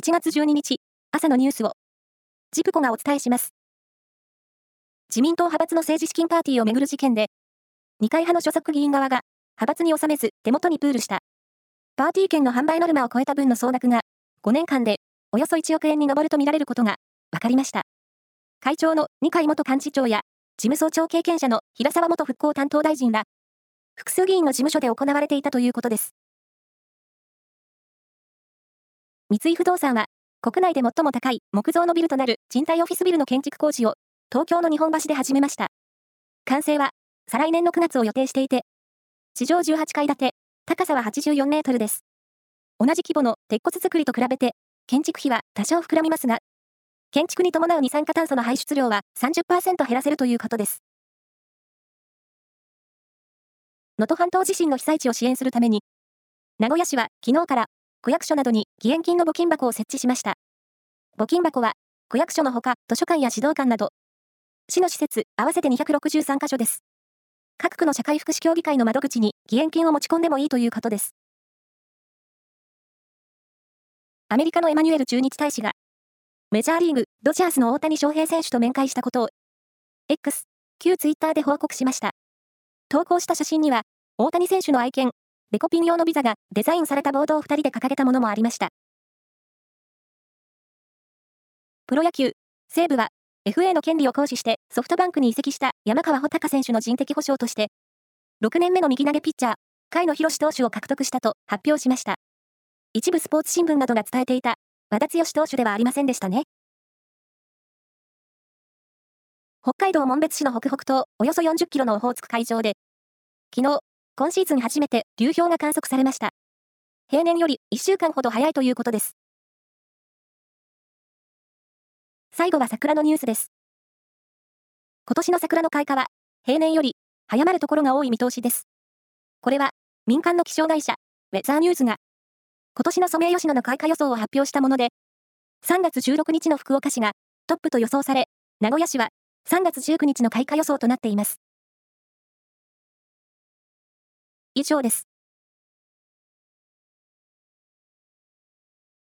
1月12日、朝のニュースを、ジプコがお伝えします。自民党派閥の政治資金パーティーをめぐる事件で、二階派の所属議員側が、派閥に収めず手元にプールした。パーティー券の販売ノルマを超えた分の総額が、5年間で、およそ1億円に上るとみられることが、分かりました。会長の二階元幹事長や、事務総長経験者の平沢元復興担当大臣ら、複数議員の事務所で行われていたということです。三井不動産は、国内で最も高い木造のビルとなる賃貸オフィスビルの建築工事を、東京の日本橋で始めました。完成は、再来年の9月を予定していて、地上18階建て、高さは84メートルです。同じ規模の鉄骨造りと比べて、建築費は多少膨らみますが、建築に伴う二酸化炭素の排出量は 30% 減らせるということです。能登半島地震の被災地を支援するために、名古屋市は昨日から区役所などに義援金の募金箱を設置しました。募金箱は区役所のほか図書館や児童館など、市の施設合わせて263カ所です。各区の社会福祉協議会の窓口に義援金を持ち込んでもいいということです。アメリカのエマニュエル駐日大使が、メジャーリーグ、ドジャースの大谷翔平選手と面会したことを、X、旧ツイッターで報告しました。投稿した写真には、大谷選手の愛犬、デコピン用のビザがデザインされたボードを2人で掲げたものもありました。プロ野球、西武は、FA の権利を行使してソフトバンクに移籍した山川穂高選手の人的保障として、6年目の右投げピッチャー、甲斐野洋投手を獲得したと発表しました。一部スポーツ新聞などが伝えていた、和田毅投手ではありませんでしたね。北海道紋別市の北北東およそ40キロのオホーツク海上で、昨日、今シーズン初めて流氷が観測されました。平年より1週間ほど早いということです。最後は桜のニュースです。今年の桜の開花は、平年より早まるところが多い見通しです。これは、民間の気象会社、ウェザーニューズが、今年のソメイヨシノの開花予想を発表したもので、3月16日の福岡市がトップと予想され、名古屋市は3月19日の開花予想となっています。以上です。